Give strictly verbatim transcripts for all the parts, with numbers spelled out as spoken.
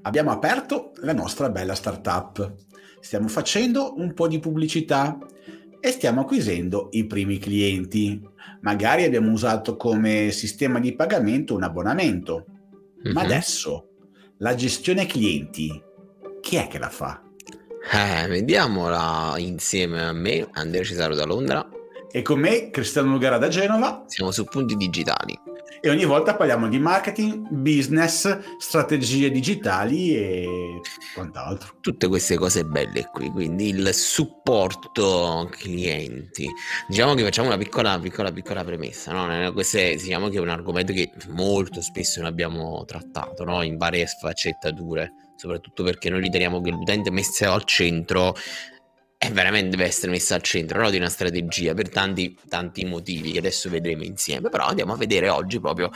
abbiamo aperto la nostra bella startup, stiamo facendo un po' di pubblicità e stiamo acquisendo i primi clienti. Magari abbiamo usato come sistema di pagamento un abbonamento, ma Mhm. adesso la gestione clienti, chi è che la fa? Eh, vediamola insieme a me, Andrea Cesaro da Londra. E con me, Cristiano Lugara da Genova. Siamo su Punti Digitali. E ogni volta parliamo di marketing, business, strategie digitali e quant'altro. Tutte queste cose belle qui, quindi il supporto clienti. Diciamo che facciamo una piccola, piccola, piccola premessa, no? Questo è, diciamo che è un argomento che molto spesso noi abbiamo trattato, no? In varie sfaccettature, soprattutto perché noi riteniamo che l'utente messo al centro e veramente deve essere messa al centro, no? Di una strategia per tanti, tanti motivi che adesso vedremo insieme. Però andiamo a vedere oggi proprio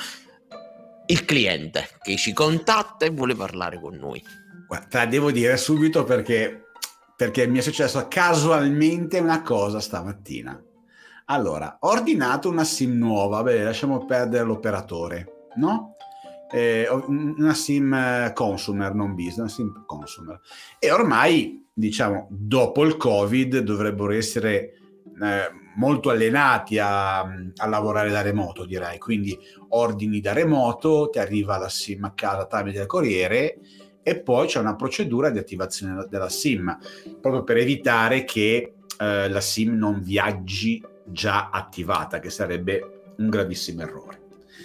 il cliente che ci contatta e vuole parlare con noi. Guarda, te la devo dire subito perché, perché mi è successo casualmente una cosa stamattina. Allora, ho ordinato una SIM nuova, beh, lasciamo perdere l'operatore, no? Eh, una SIM consumer, non business, una SIM consumer. E ormai, diciamo, dopo il Covid dovrebbero essere eh, molto allenati a, a lavorare da remoto, direi. Quindi ordini da remoto, ti arriva la SIM a casa tramite il corriere e poi c'è una procedura di attivazione della SIM, proprio per evitare che eh, la SIM non viaggi già attivata, che sarebbe un gravissimo errore.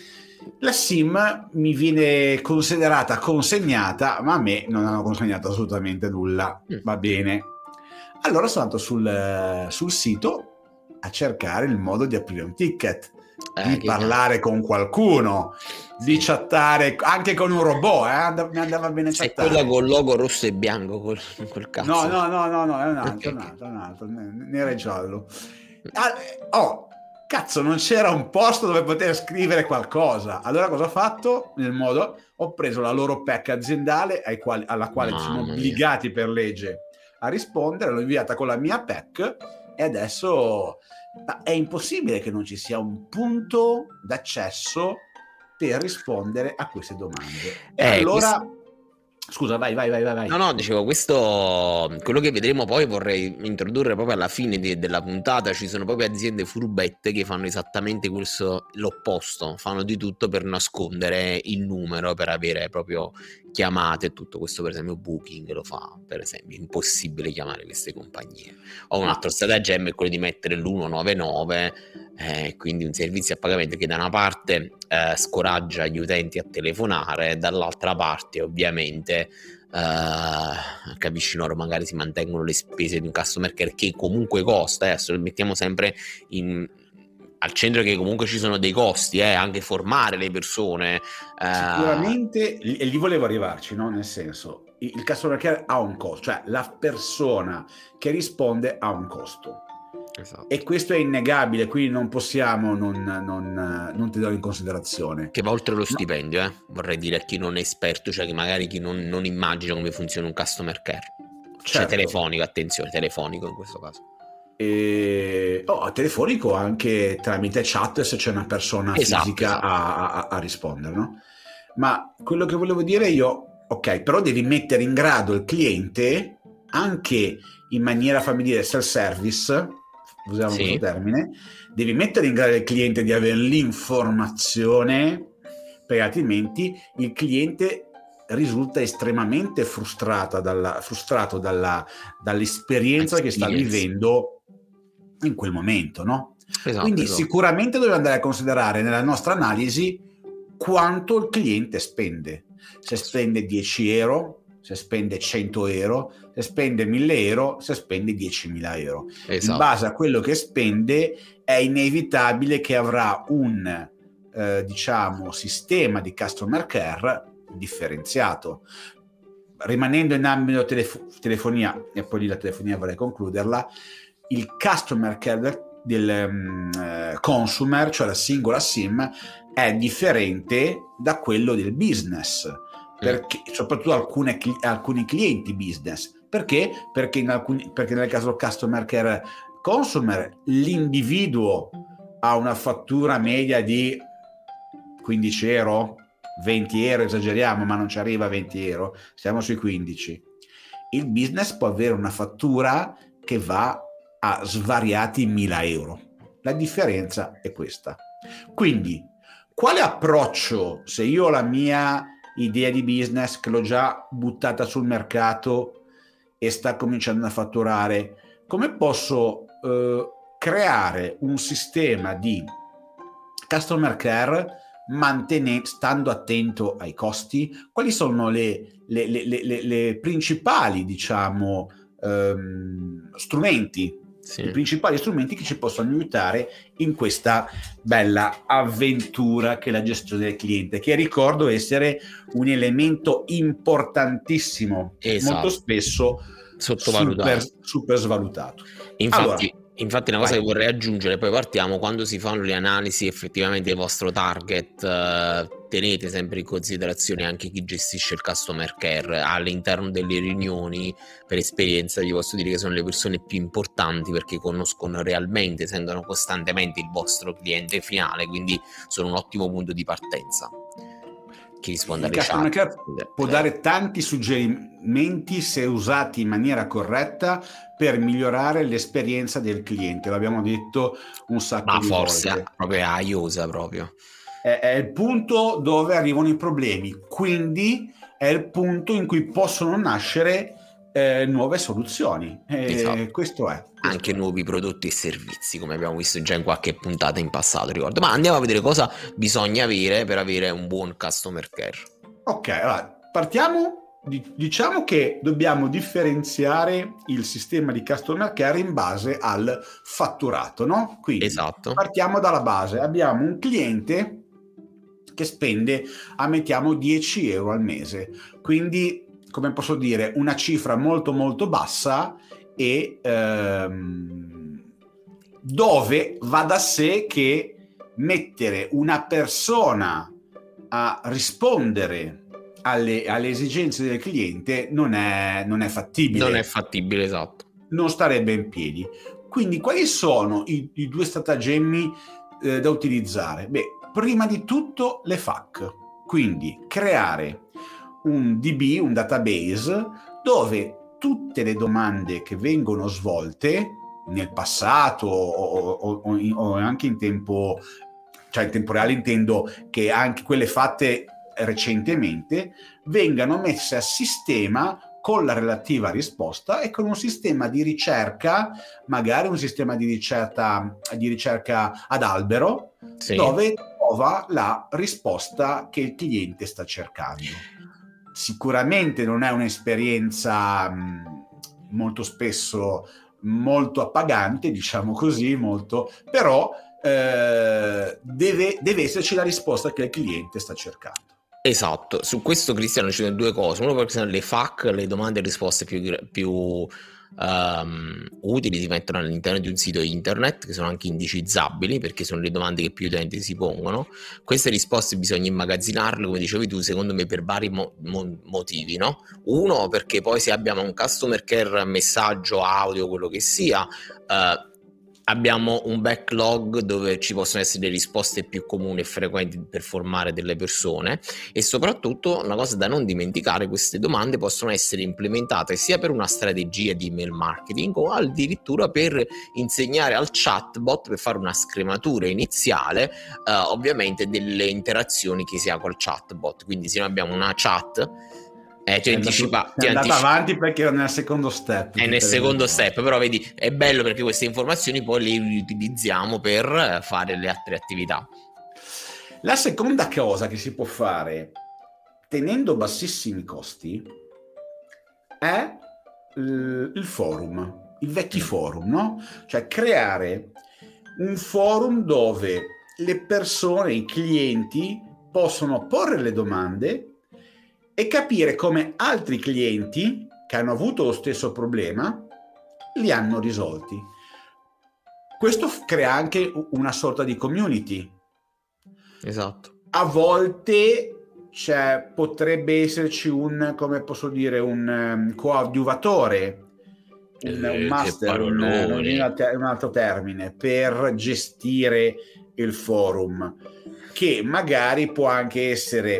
La SIM mi viene considerata consegnata, ma a me non hanno consegnato assolutamente nulla. Mm. Va bene. Allora sono andato sul, sul sito a cercare il modo di aprire un ticket, Eh, di parlare con qualcuno, di chattare anche con un robot, eh? Mi andava bene chattare. È quella col logo rosso e bianco, col, col cazzo. No, no, no, no, no, è un altro, Okay, un altro, un altro, nero e giallo. Ah, oh, cazzo, non c'era un posto dove poter scrivere qualcosa. Allora cosa ho fatto? Nel modo, ho preso la loro P E C aziendale, ai quali, alla quale Mamma sono mia. obbligati per legge a rispondere, l'ho inviata con la mia P E C e adesso è impossibile che non ci sia un punto d'accesso per rispondere a queste domande. E Eh, allora... questo... Scusa, vai, vai, vai, vai, vai. No, no, dicevo, questo, quello che vedremo poi vorrei introdurre proprio alla fine di, della puntata. Ci sono proprio aziende furbette che fanno esattamente questo, l'opposto, fanno di tutto per nascondere il numero, per avere proprio chiamate e tutto questo. Per esempio Booking lo fa, per esempio, è impossibile chiamare queste compagnie. O un altro stratagemma è quello di mettere l'uno nove nove, eh, quindi un servizio a pagamento che da una parte eh, scoraggia gli utenti a telefonare, dall'altra parte ovviamente Uh, capisci, loro magari si mantengono le spese di un customer care che comunque costa, eh, adesso mettiamo sempre in, al centro che comunque ci sono dei costi, eh, anche formare le persone. Uh, Sicuramente, e lì volevo arrivarci, no? Nel senso, il customer care ha un costo, cioè la persona che risponde ha un costo. Esatto. E questo è innegabile, quindi non possiamo non, non, non tenerlo in considerazione. Che va oltre lo stipendio, eh? Vorrei dire a chi non è esperto, cioè che magari chi non, non immagina come funziona un customer care. Certo. Cioè telefonico, attenzione, telefonico in questo caso. E, oh, telefonico anche tramite chat se c'è una persona esatto, fisica esatto. A, a, a rispondere, no? Ma quello che volevo dire io, ok, però devi mettere in grado il cliente anche in maniera, fammi dire, self-service, usiamo Sì. questo termine, devi mettere in grado il cliente di avere l'informazione, perché altrimenti il cliente risulta estremamente frustrata dalla, frustrato dalla, dall'esperienza che sta vivendo in quel momento, no? Esatto, Quindi esatto. sicuramente dobbiamo andare a considerare nella nostra analisi quanto il cliente spende. Se spende dieci euro, se spende cento euro, se spende mille euro, se spende diecimila euro. Esatto. In base a quello che spende è inevitabile che avrà un eh, diciamo sistema di customer care differenziato. Rimanendo in ambito telef- telefonia, e poi lì la telefonia vorrei concluderla, il customer care del, del um, uh, consumer, cioè la singola SIM, è differente da quello del business, perché, mm. soprattutto alcune, alcuni clienti business. Perché? Perché, in alcuni, perché nel caso customer care consumer l'individuo ha una fattura media di quindici euro, venti euro, esageriamo, ma non ci arriva a venti euro, siamo sui quindici. Il business può avere una fattura che va a svariati mila euro. La differenza è questa. Quindi, quale approccio, se io ho la mia idea di business che l'ho già buttata sul mercato e sta cominciando a fatturare, come posso eh, creare un sistema di customer care mantenendo, stando attento ai costi? Quali sono le, le, le, le, le principali, diciamo, ehm, strumenti, sì. i principali strumenti che ci possono aiutare in questa bella avventura che è la gestione del cliente, che ricordo essere un elemento importantissimo, esatto. molto spesso sottovalutato, super, super svalutato. Infatti, allora, infatti una cosa vai. che vorrei aggiungere, poi partiamo, quando si fanno le analisi effettivamente del vostro target, eh, tenete sempre in considerazione anche chi gestisce il customer care. All'interno delle riunioni, per esperienza vi posso dire che sono le persone più importanti, perché conoscono realmente, sentono costantemente il vostro cliente finale, quindi sono un ottimo punto di partenza. Chi risponde alle customer chat care può dare tanti suggerimenti, se usati in maniera corretta, per migliorare l'esperienza del cliente. L'abbiamo detto un sacco Ma di forse volte. proprio aiosa proprio. È, è il punto dove arrivano i problemi, quindi è il punto in cui possono nascere eh, nuove soluzioni. Eh, esatto. Questo è. Questo Anche è. nuovi prodotti e servizi, come abbiamo visto già in qualche puntata in passato, ricordo. Ma andiamo a vedere cosa bisogna avere per avere un buon customer care. Ok, allora partiamo. Diciamo che dobbiamo differenziare il sistema di customer care in base al fatturato, no? Quindi esatto. partiamo dalla base. Abbiamo un cliente che spende, ammettiamo, dieci euro al mese. Quindi, come posso dire, una cifra molto molto bassa, e ehm, dove va da sé che mettere una persona a rispondere alle, alle esigenze del cliente non è, non è fattibile. Non è fattibile, esatto. Non starebbe in piedi. Quindi quali sono i, i due stratagemmi eh, da utilizzare? Beh, prima di tutto le F A Q, quindi creare un D B, un database, dove tutte le domande che vengono svolte nel passato o, o, o, o anche in tempo, cioè in tempo reale, intendo che anche quelle fatte recentemente, vengano messe a sistema con la relativa risposta e con un sistema di ricerca, magari un sistema di ricerca, di ricerca ad albero, sì. dove trova la risposta che il cliente sta cercando. Sicuramente non è un'esperienza mh, molto spesso molto appagante, diciamo così, molto, però eh, deve, deve esserci la risposta che il cliente sta cercando. Esatto, su questo Cristiano ci sono due cose. Uno, perché sono le F A Q, le domande e risposte più, più um, utili, si mettono all'interno di un sito internet, che sono anche indicizzabili, perché sono le domande che più utenti si pongono. Queste risposte bisogna immagazzinarle, come dicevi tu, secondo me per vari mo- mo- motivi, no? Uno, perché poi se abbiamo un customer care, messaggio, audio, quello che sia, uh, abbiamo un backlog dove ci possono essere le risposte più comuni e frequenti per formare delle persone, e soprattutto una cosa da non dimenticare: queste domande possono essere implementate sia per una strategia di email marketing o addirittura per insegnare al chatbot, per fare una scrematura iniziale eh, ovviamente delle interazioni che si ha col chatbot. Quindi se noi abbiamo una chat Eh, ti anticipa, è andata anticipa. avanti perché era nel secondo step. È nel secondo step, però vedi, è bello perché queste informazioni poi le utilizziamo per fare le altre attività. La seconda cosa che si può fare tenendo bassissimi costi è il forum, il vecchi mm. forum, no? Cioè creare un forum dove le persone, i clienti possono porre le domande e capire come altri clienti che hanno avuto lo stesso problema li hanno risolti. Questo crea anche una sorta di community. Esatto. A volte cioè, potrebbe esserci un, come posso dire, un um, coadiuvatore, un, eh, un master, un, un altro termine, per gestire il forum, che magari può anche essere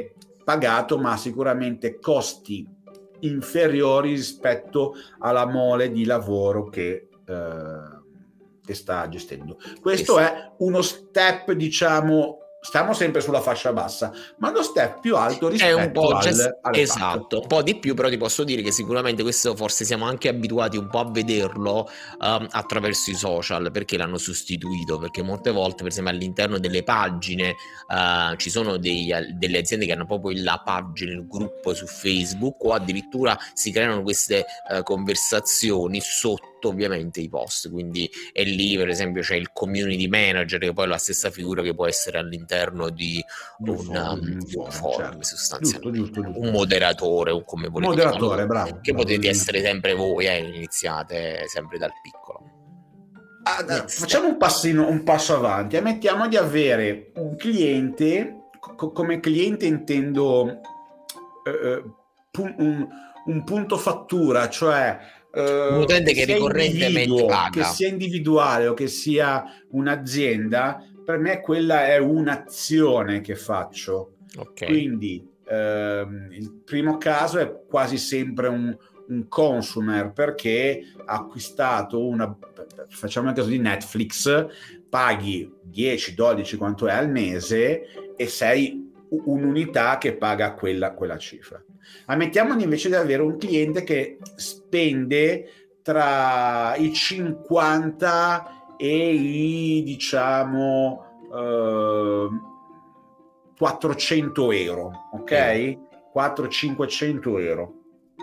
pagato, ma sicuramente costi inferiori rispetto alla mole di lavoro che, eh, che sta gestendo. Questo è uno step, diciamo, stiamo sempre sulla fascia bassa, ma lo step più alto rispetto è un po' al, gest- alle esatto, un po' di più, però ti posso dire che sicuramente questo forse siamo anche abituati un po' a vederlo um, attraverso i social, perché l'hanno sostituito, perché molte volte per esempio all'interno delle pagine uh, ci sono dei, delle aziende che hanno proprio la pagina, il gruppo su Facebook, o addirittura si creano queste uh, conversazioni sotto ovviamente i post, quindi è lì per esempio c'è il community manager, che poi è la stessa figura che può essere all'interno di di un un, forum, um, di un di un forum, forum certo. sostanzialmente, Giusto, giusto, giusto. un moderatore o come volete moderatore, chiamarlo, bravo, che bravo, potete giusto. essere sempre voi, eh, iniziate sempre dal piccolo. Ah, facciamo un passino, un passo avanti, ammettiamo di avere un cliente, co- come cliente intendo eh, pu- un, un punto fattura, cioè eh, un utente che che sia ricorrentemente individuo, che paga, sia individuale o che sia un'azienda, per me quella è un'azione che faccio. ok, Quindi ehm, il primo caso è quasi sempre un, un consumer, perché ha acquistato una, facciamo il caso di Netflix, paghi dieci dodici quanto è al mese e sei un'unità che paga quella, quella cifra. Ammettiamo invece di avere un cliente che spende tra i cinquanta e i, diciamo, eh, quattrocento euro, ok? eh. quattrocento cinquecento euro.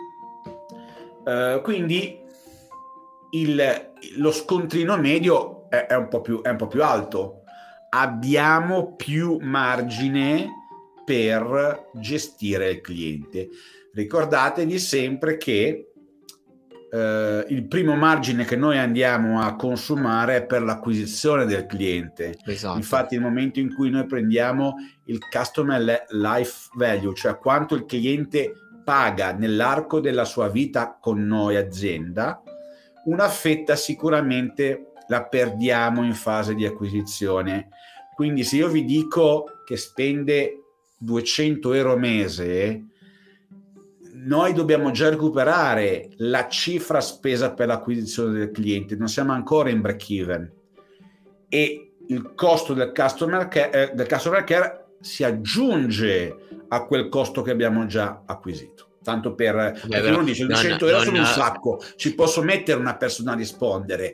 Uh, quindi il, lo scontrino medio è, è, un po' più, è un po' più alto. Abbiamo più margine per gestire il cliente. Ricordatevi sempre che Uh, il primo margine che noi andiamo a consumare è per l'acquisizione del cliente. Esatto. Infatti nel momento in cui noi prendiamo il customer life value, cioè quanto il cliente paga nell'arco della sua vita con noi azienda, una fetta sicuramente la perdiamo in fase di acquisizione. Quindi se io vi dico che spende duecento euro mese, noi dobbiamo già recuperare la cifra spesa per l'acquisizione del cliente, non siamo ancora in break even, e il costo del customer care, eh, del customer care si aggiunge a quel costo che abbiamo già acquisito. Tanto per, Beh, perché uno dice duecento euro sono un sacco, ci posso mettere una persona a rispondere?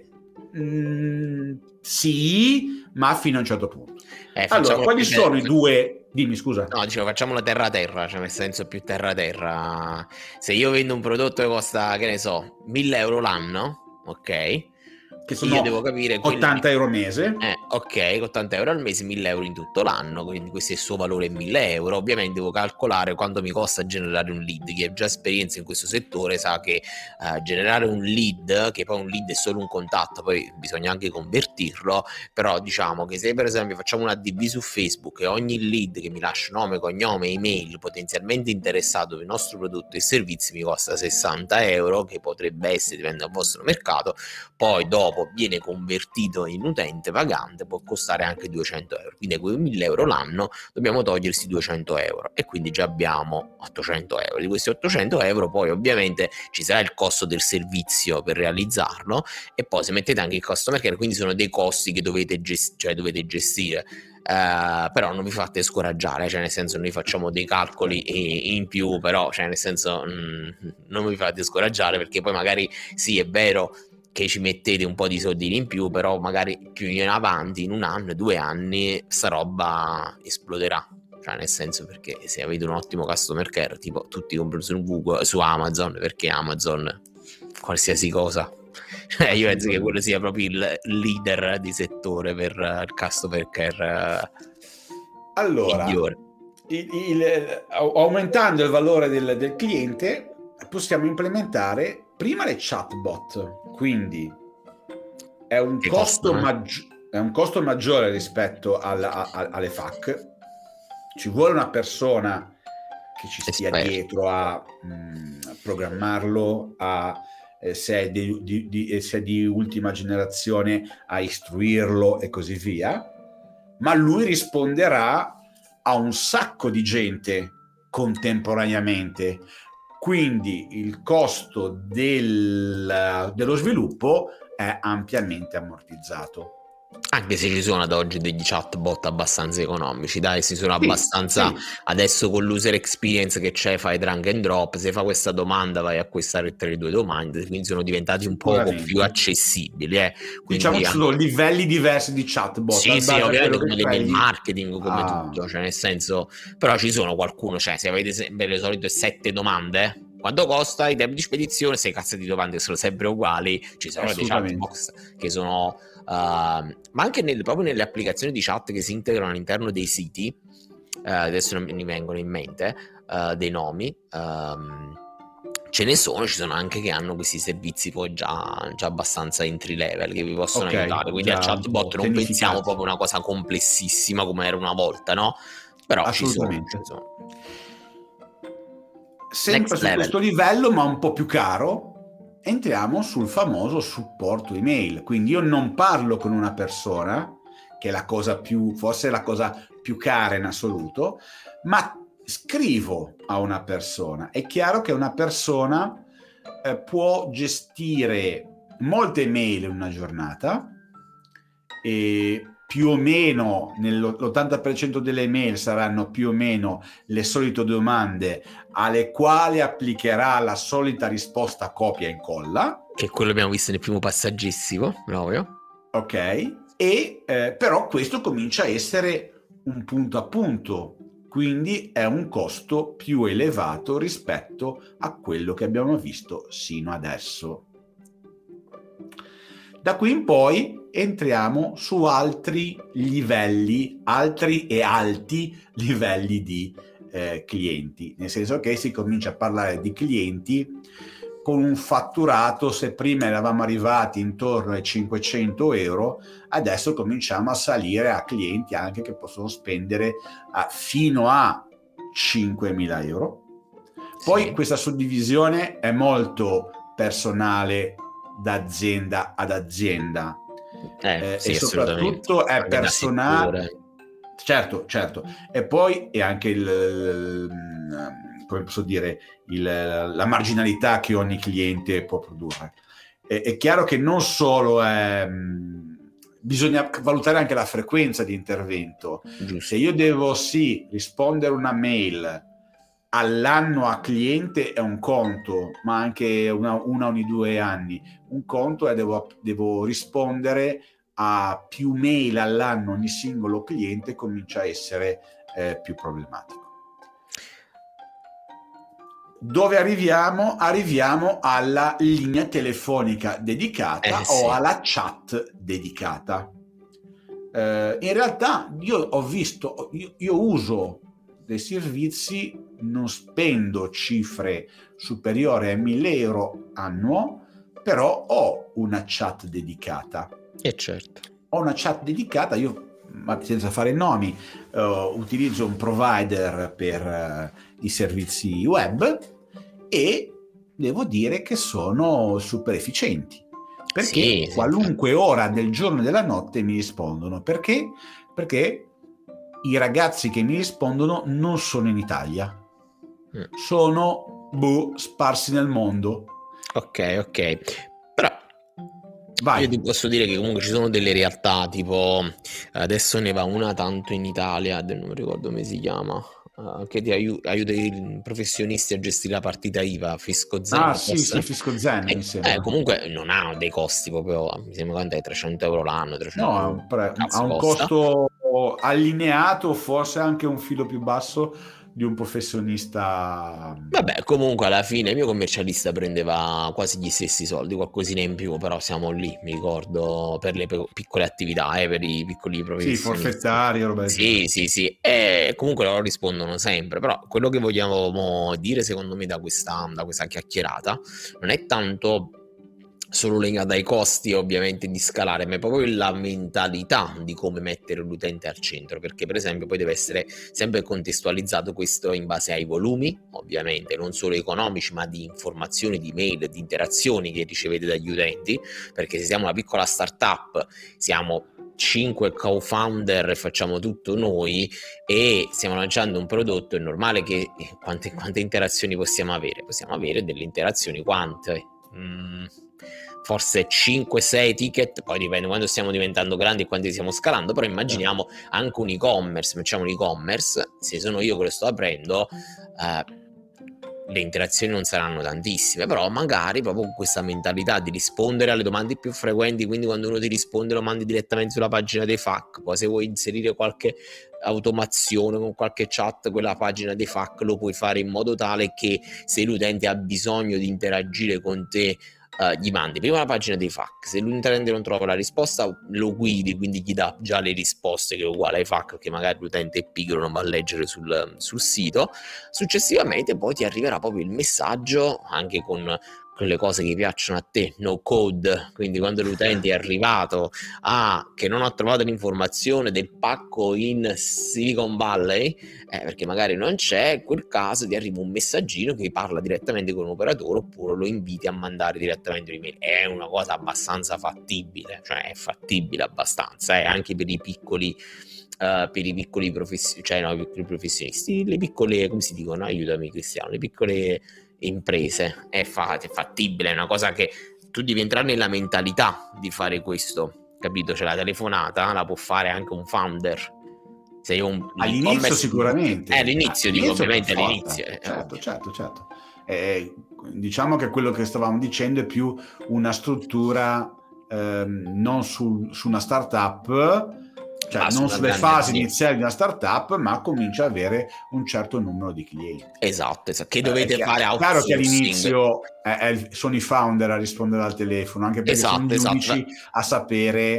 Mm, sì, ma fino a un certo punto. Eh, allora, quali sono te... i due... Dimmi, scusa. No, dicevo, facciamolo terra a terra, cioè nel senso più terra a terra. Se io vendo un prodotto che costa, che ne so, mille euro l'anno, ok? Che sono io devo capire ottanta euro mese. Eh, ok, ottanta euro al mese, mille euro in tutto l'anno, quindi questo è il suo valore, mille euro. Ovviamente devo calcolare quanto mi costa generare un lead. Chi ha già esperienza in questo settore sa che uh, generare un lead, che poi un lead è solo un contatto, poi bisogna anche convertirlo, però diciamo che se per esempio facciamo una D V su Facebook e ogni lead che mi lascia nome, cognome, email, potenzialmente interessato del nostro prodotto e servizi, mi costa sessanta euro, che potrebbe essere, dipende dal vostro mercato, poi dopo viene convertito in utente pagante, può costare anche duecento euro, quindi quei mille euro l'anno dobbiamo togliersi duecento euro e quindi già abbiamo ottocento euro. Di questi ottocento euro poi ovviamente ci sarà il costo del servizio per realizzarlo e poi se mettete anche il customer care, quindi sono dei costi che dovete, gest- cioè dovete gestire. Uh, però non vi fate scoraggiare, cioè nel senso noi facciamo dei calcoli in più, però cioè nel senso mh, non vi fate scoraggiare, perché poi magari sì, è vero che ci mettete un po' di soldini in più, però magari più in avanti, in un anno, due anni, sta roba esploderà. Cioè nel senso, perché se avete un ottimo customer care, tipo tutti comprano su Google, su Amazon, perché Amazon qualsiasi cosa. Cioè io penso che quello sia proprio il leader di settore per il customer care. Allora, il, il, aumentando il valore del, del cliente, possiamo implementare prima le chatbot, quindi è un, costo, maggi- è un costo maggiore rispetto alla, a, alle F A Q. Ci vuole una persona che ci stia Esperto. dietro a, mh, a programmarlo, a eh, se, è di, di, di, se è di ultima generazione, a istruirlo e così via, ma lui risponderà a un sacco di gente contemporaneamente, quindi il costo del, dello sviluppo è ampiamente ammortizzato. Anche se ci sono ad oggi degli chatbot abbastanza economici, dai, si sono Sì, abbastanza, sì. adesso con l'user experience che c'è, fai drag and drop, se fa questa domanda vai a questare tra le due domande, quindi sono diventati un poco più accessibili, eh. Quindi, diciamo che ci sono livelli diversi di chatbot. sì, sì, ovviamente come nel marketing, come ah. tutto, cioè nel senso, però ci sono qualcuno, cioè se avete sempre le solite sette domande, quanto costa, i tempi di spedizione, sei cazzo di domande sono sempre uguali, ci sono dei chatbox che sono, uh, ma anche nel, proprio nelle applicazioni di chat che si integrano all'interno dei siti, uh, adesso non mi vengono in mente uh, dei nomi, um, ce ne sono, ci sono anche che hanno questi servizi poi già, già abbastanza entry level che vi possono okay, aiutare, quindi a chatbot non pensiamo proprio una cosa complessissima come era una volta, no? Però ci sono, ci sono. Sempre Next su level. Questo livello, ma un po' più caro, entriamo sul famoso supporto email. Quindi io non parlo con una persona, che è la cosa più, forse la cosa più cara in assoluto, ma scrivo a una persona. È chiaro che una persona eh, può gestire molte email in una giornata e più o meno nell'ottanta per cento delle email saranno più o meno le solite domande alle quali applicherà la solita risposta copia e incolla, che quello abbiamo visto nel primo passaggissimo proprio. Ok, e eh, però questo comincia a essere un punto a punto, quindi è un costo più elevato rispetto a quello che abbiamo visto sino adesso. Da qui in poi entriamo su altri livelli, altri e alti livelli di eh, clienti, nel senso che si comincia a parlare di clienti con un fatturato, se prima eravamo arrivati intorno ai cinquecento euro, adesso cominciamo a salire a clienti anche che possono spendere a, fino a cinquemila euro. Poi sì. Questa suddivisione è molto personale da azienda ad azienda eh, eh, sì, e soprattutto è personale, certo, certo, e poi è anche il, il come posso dire il, la marginalità che ogni cliente può produrre. È, è chiaro che non solo è, bisogna valutare anche la frequenza di intervento. Giusto. Se io devo sì rispondere una mail all'anno a cliente è un conto, ma anche una, una ogni due anni un conto, e devo, devo rispondere a più mail all'anno ogni singolo cliente, comincia a essere eh, più problematico. Dove arriviamo? Arriviamo alla linea telefonica dedicata eh, sì. o alla chat dedicata. Eh, in realtà io ho visto, io, io uso dei servizi, non spendo cifre superiori a mille euro annuo, però ho una chat dedicata. E eh certo. Ho una chat dedicata, io, ma senza fare nomi, uh, utilizzo un provider per uh, i servizi web e devo dire che sono super efficienti, perché sì, qualunque sì. ora del giorno e della notte mi rispondono. Perché? Perché i ragazzi che mi rispondono non sono in Italia, mm. sono boh, sparsi nel mondo. Ok, ok. Però vai. Io ti posso dire che comunque ci sono delle realtà, tipo adesso ne va una tanto in Italia, non mi ricordo come si chiama, uh, che ti aiu- aiuta i professionisti a gestire la partita I V A, Fisco Zen. Ah sì, sì, Fisco Zen, eh, mi sembra. Eh, comunque non ha dei costi proprio, mi sembra che è trecento euro l'anno. trecento no, ha un, pre- ha un costo allineato, forse anche un filo più basso di un professionista. Vabbè, comunque alla fine il mio commercialista prendeva quasi gli stessi soldi, qualcosina in più, però siamo lì, mi ricordo, per le pe- piccole attività, eh, per i piccoli professionisti. Sì, forfettari, roba Sì, sì, sì, e comunque loro rispondono sempre, però quello che vogliamo dire secondo me da questa, da questa chiacchierata non è tanto solo legata ai costi ovviamente di scalare, ma è proprio la mentalità di come mettere l'utente al centro, perché per esempio poi deve essere sempre contestualizzato questo in base ai volumi, ovviamente non solo economici, ma di informazioni, di mail, di interazioni che ricevete dagli utenti, perché se siamo una piccola startup siamo cinque co-founder e facciamo tutto noi e stiamo lanciando un prodotto, è normale che quante, quante interazioni possiamo avere? Possiamo avere delle interazioni quante? Mm, forse cinque sei ticket, poi dipende quando stiamo diventando grandi e quanti stiamo scalando, però immaginiamo anche un e-commerce, facciamo un e-commerce, se sono io che lo sto aprendo, eh, le interazioni non saranno tantissime, però magari proprio con questa mentalità di rispondere alle domande più frequenti, quindi quando uno ti risponde lo mandi direttamente sulla pagina dei F A Q, poi se vuoi inserire qualche automazione con qualche chat, quella pagina dei F A Q lo puoi fare in modo tale che se l'utente ha bisogno di interagire con te, Uh, gli mandi prima la pagina dei F A Q, se l'utente non trova la risposta lo guidi, quindi gli dà già le risposte che è uguale ai F A Q, che magari l'utente è pigro, non va a leggere sul, sul sito. Successivamente poi ti arriverà proprio il messaggio anche con quelle cose che piacciono a te, no code, quindi quando l'utente è arrivato a che non ha trovato l'informazione del pacco in Silicon Valley, eh, perché magari non c'è, in quel caso ti arriva un messaggino che parla direttamente con un operatore oppure lo inviti a mandare direttamente un'email. È una cosa abbastanza fattibile, cioè è fattibile abbastanza, eh, anche per i piccoli Uh, per i piccoli professionisti, cioè no, i piccoli professionisti, le piccole, come si dicono, aiutami Cristiano, le piccole imprese, è, fa- è fattibile, è una cosa che tu devi entrare nella mentalità di fare questo, capito? Cioè la telefonata la può fare anche un founder. Se io un, all'inizio sicuramente. Eh, all'inizio, dico, ovviamente all'inizio. Eh, certo, certo, certo. Eh, diciamo che quello che stavamo dicendo è più una struttura ehm, non su, su una startup, cioè ah, non sulle fasi azienda. iniziali di una startup, ma comincia ad avere un certo numero di clienti. Esatto, esatto. Che dovete eh, fare outsourcing. Chiaro che all'inizio eh, è, sono i founder a rispondere al telefono, anche perché esatto, sono gli unici esatto. a sapere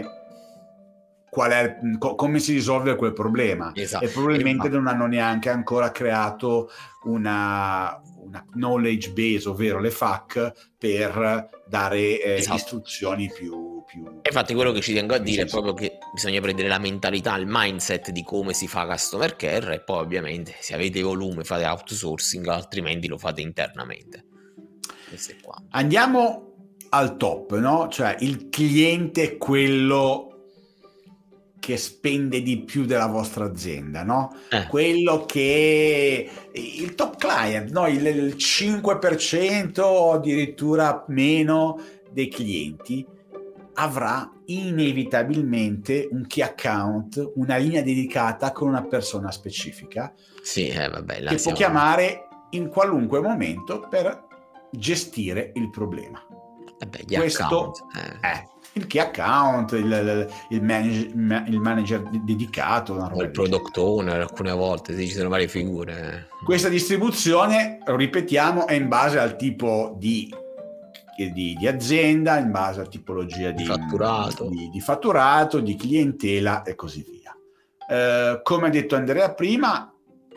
qual è, co- come si risolve quel problema. Esatto. E probabilmente esatto. non hanno neanche ancora creato una, una knowledge base, ovvero le F A Q, per dare eh, esatto. istruzioni più Più... Infatti quello che ci tengo a dire è proprio che bisogna prendere la mentalità, il mindset di come si fa customer care e poi ovviamente se avete volume fate outsourcing, altrimenti lo fate internamente. Questo è qua. Andiamo al top, no? Cioè il cliente è quello che spende di più della vostra azienda, no? Eh. Quello che il top client, no? Il, il cinque per cento o addirittura meno dei clienti avrà inevitabilmente un key account, una linea dedicata con una persona specifica sì, eh, vabbè, che può chiamare in qualunque momento per gestire il problema. Vabbè, gli Questo account, eh. è il key account, il, il, il, manager, il manager dedicato, una roba o il product owner, alcune volte sì, ci sono varie figure. Questa distribuzione, ripetiamo, è in base al tipo di Di, di azienda, in base a tipologia di, di, fatturato. Di, di fatturato, di clientela e così via. Eh, come ha detto Andrea prima,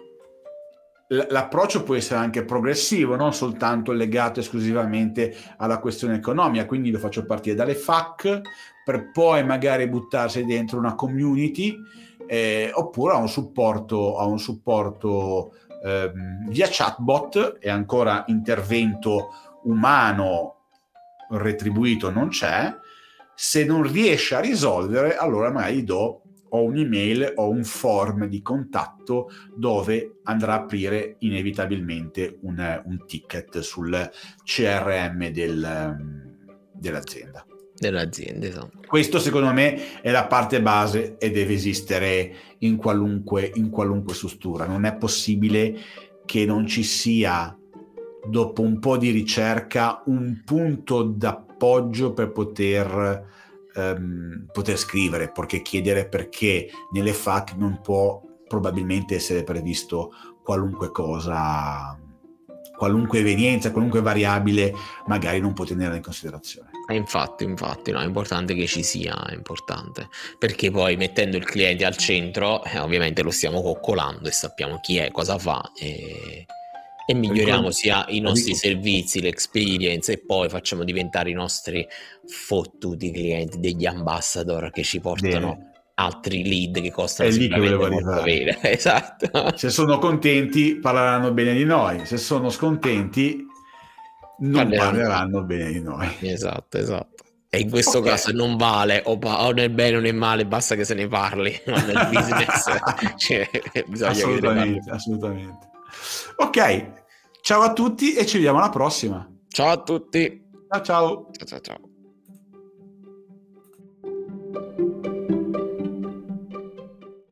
l- l'approccio può essere anche progressivo, non soltanto legato esclusivamente alla questione economica, quindi lo faccio partire dalle F A Q per poi magari buttarsi dentro una community eh, oppure a un supporto, a un supporto eh, via chatbot e ancora intervento umano retribuito non c'è. Se non riesce a risolvere, allora magari do o un'email o un form di contatto dove andrà a aprire inevitabilmente un, un ticket sul C R M del, dell'azienda. Dell'azienda, esatto. Questo secondo me è la parte base e deve esistere in qualunque, in qualunque struttura. Non è possibile che non ci sia, dopo un po' di ricerca, un punto d'appoggio per poter, um, poter scrivere, perché chiedere perché nelle F A Q non può probabilmente essere previsto qualunque cosa, qualunque evenienza, qualunque variabile magari non può tenerla in considerazione. E infatti, infatti, no, è importante che ci sia, è importante, perché poi mettendo il cliente al centro, eh, ovviamente lo stiamo coccolando e sappiamo chi è, cosa fa e... e miglioriamo sia i nostri servizi, l'experience e poi facciamo diventare i nostri fottuti clienti degli ambassador che ci portano Bene. altri lead che costano è lì che volevo molto arrivare. Esatto. Se sono contenti parleranno bene di noi, se sono scontenti non parleranno, parleranno bene di noi. Esatto, esatto. E in questo Ok. caso non vale o, pa- o nel bene o nel male, basta che se ne parli, ma nel business cioè, bisogna che se ne parli. Assolutamente, assolutamente. Ok, ciao a tutti e ci vediamo alla prossima. Ciao a tutti. Ciao ciao. Ciao ciao ciao.